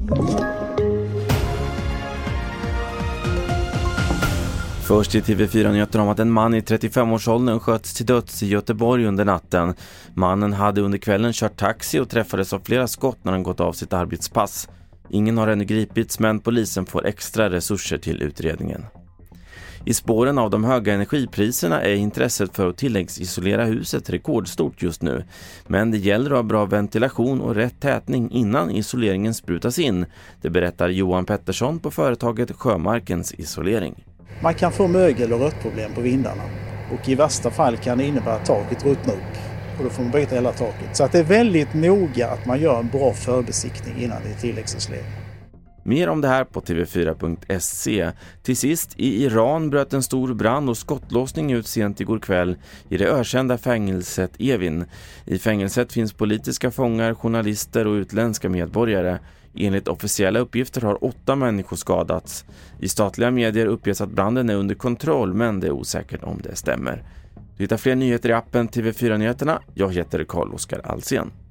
Först i TV4-nyheter om att en man i 35-årsåldern sköts till döds i Göteborg under natten. Mannen hade under kvällen kört taxi och träffades av flera skott när han gått av sitt arbetspass. Ingen har ännu gripits, men polisen får extra resurser till utredningen. I spåren av de höga energipriserna är intresset för att tilläggsisolera huset rekordstort just nu. Men det gäller att ha bra ventilation och rätt tätning innan isoleringen sprutas in. Det berättar Johan Pettersson på företaget Sjömarkens isolering. Man kan få mögel- och rötproblem på vindarna och i värsta fall kan det innebära att taket ruttnar upp och då får man byta hela taket. Så att det är väldigt noga att man gör en bra förbesiktning innan det är tilläggsisolering. Mer om det här på tv4.se. Till sist, i Iran bröt en stor brand och skottlåsning ut sent igår kväll i det ökända fängelset Evin. I fängelset finns politiska fångar, journalister och utländska medborgare. Enligt officiella uppgifter har 8 människor skadats. I statliga medier uppges att branden är under kontroll, men det är osäkert om det stämmer. Du hittar fler nyheter i appen TV4 Nyheterna. Jag heter Carl-Oskar Alsen.